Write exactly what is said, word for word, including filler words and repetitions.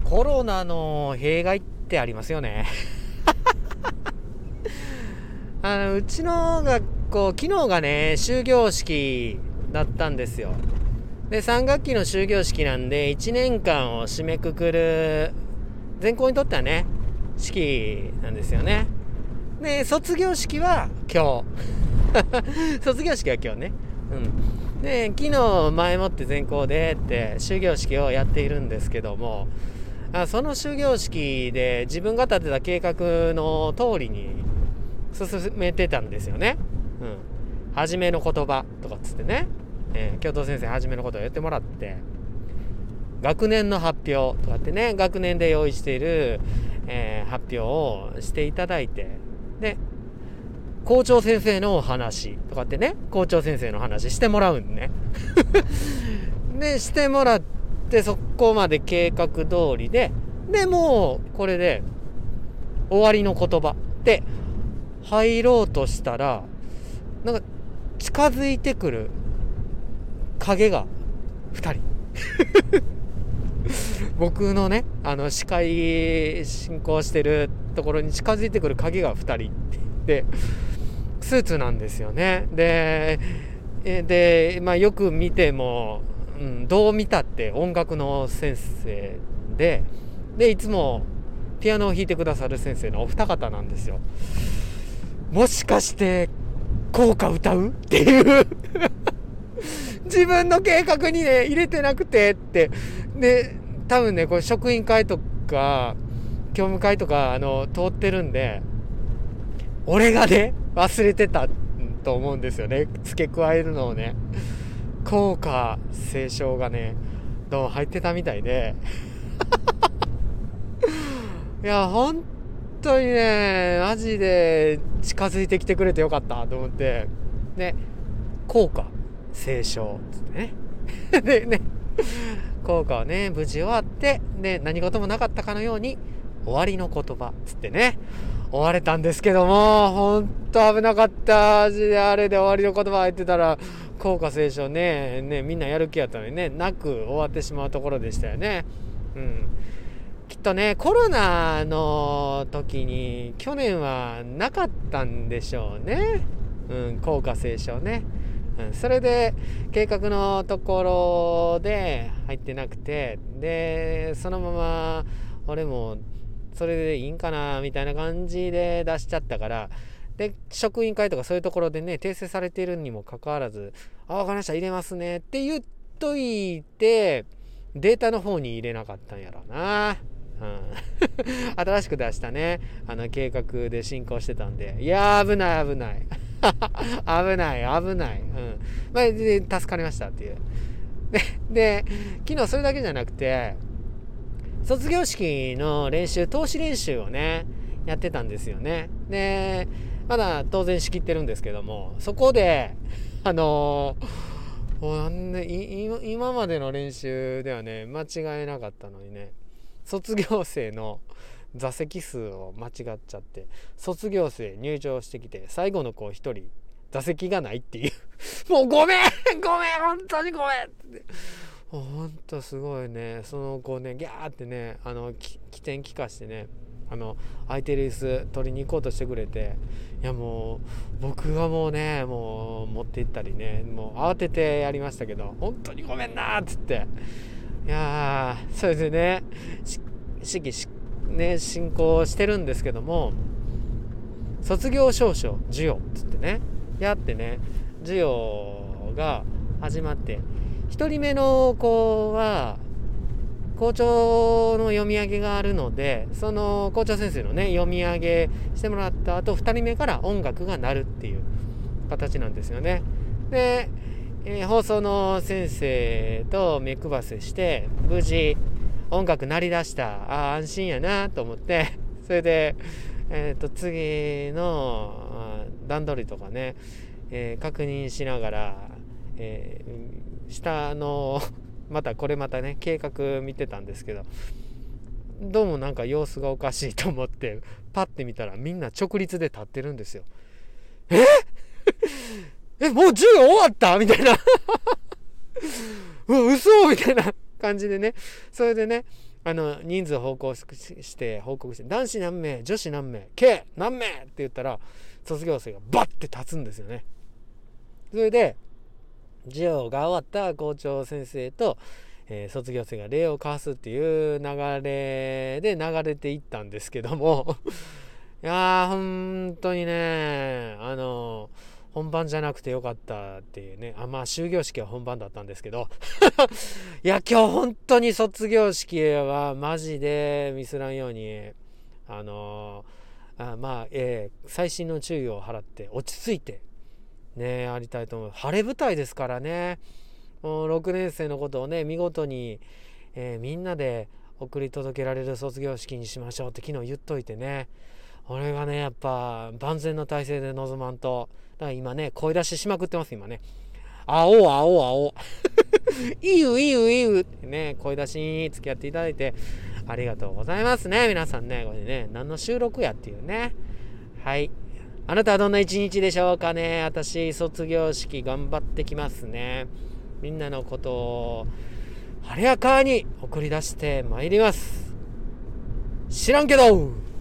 コロナの弊害ってありますよねあのうちの学校、昨日がね終業式だったんですよ。でさん学期の終業式なんでいちねんかんを締めくくる全校にとってはね式なんですよね。で卒業式は今日卒業式は今日ね。うんで昨日前もって全校でって終業式をやっているんですけども、あその終業式で自分が立てた計画の通りに進めてたんですよね。うん。初めの言葉とかっつってね、えー、教頭先生初めのことを言ってもらって、学年の発表とかってね、学年で用意している、えー、発表をしていただいて、で校長先生の話とかってね、校長先生の話してもらうんねでしてもらってそこまで計画通りで、でもうこれで終わりの言葉で入ろうとしたら、なんか近づいてくる影がふたり僕のねあの司会進行してるところに近づいてくる影がふたりで、スーツなんですよね。でで、まあ、よく見ても、うん、どう見たって音楽の先生ででいつもピアノを弾いてくださる先生のお二方なんですよ。もしかして校歌歌うっていう自分の計画にね入れてなくてってで、多分ねこれ職員会とか教務会とかあの通ってるんで、俺がね忘れてたと思うんですよね、付け加えるのをね。校歌斉唱がねどうも入ってたみたいでいや本当にねマジで近づいてきてくれてよかったと思って、で校歌斉唱つってねでね校歌はね無事終わって、で何事もなかったかのように終わりの言葉つってね終われたんですけども、ほんと危なかった。マジであれで終わりの言葉入ってたら校歌斉唱ねねみんなやる気やったのにねなく終わってしまうところでしたよね。うんきっとねコロナの時に去年はなかったんでしょうね。うん校歌斉唱ね、うん、それで計画のところで入ってなくて、でそのまま俺もそれでいいんかなみたいな感じで出しちゃったから、で職員会とかそういうところでね訂正されているにもかかわらず、あ分かりました入れますねって言っといてデータの方に入れなかったんやろうな。うん、新しく出したねあの計画で進行してたんで、いや危ない危ない危ない危ない、うんまあ、で助かりましたっていうでで昨日それだけじゃなくて卒業式の練習通し練習をねやってたんですよね。でまだ当然仕切ってるんですけども、そこであのー、なんで今までの練習ではね間違えなかったのにね、卒業生の座席数を間違っちゃって卒業生入場してきて最後の子一人座席がないっていうもうごめんごめん本当にごめんってほんとすごいね。その子ねギャーってねあの起点聞かしてねあの空いてる椅子取りに行こうとしてくれて、いやもう僕はもうねもう持って行ったりねもう慌ててやりましたけど、本当にごめんなーっつって、いやーそれでね式ね進行してるんですけども、卒業証書授与っつってねやってね授与が始まって、一人目の子は校長の読み上げがあるので、その校長先生のね読み上げしてもらった後二人目から音楽が鳴るっていう形なんですよね。で、えー、放送の先生と目配せして無事音楽鳴り出した。あ安心やなと思って、それで、えー、と次の段取りとかね、えー、確認しながら、えー、下のまたこれまたね計画見てたんですけど、どうもなんか様子がおかしいと思ってパッて見たらみんな直立で立ってるんですよ。ええもう授業終わったみたいなうわ嘘みたいな感じでね、それでねあの人数報告して報告して男子何名女子何名計何名って言ったら卒業生がバッて立つんですよね。それで授業が終わった校長先生と、えー、卒業生が礼を交わすっていう流れで流れていったんですけどもいやー本当にねあの本番じゃなくてよかったっていうね。あまあ終業式は本番だったんですけどいや今日本当に卒業式はマジでミスらんようにあのー、あまあ、えー、細心の注意を払って落ち着いてねやりたいと思う。晴れ舞台ですからね。もうろくねん生のことをね見事に、えー、みんなで送り届けられる卒業式にしましょうって昨日言っといてね。俺がねやっぱ万全の体制で臨まんと。だから今ね声出ししまくってます今ね。あおあおあおいいういういうってね声出しに付き合っていただいてありがとうございますね皆さんね。これね何の収録やっていうね。はい、あなたはどんな一日でしょうかね。私卒業式頑張ってきますね。みんなのことを晴れやかに送り出してまいります。知らんけど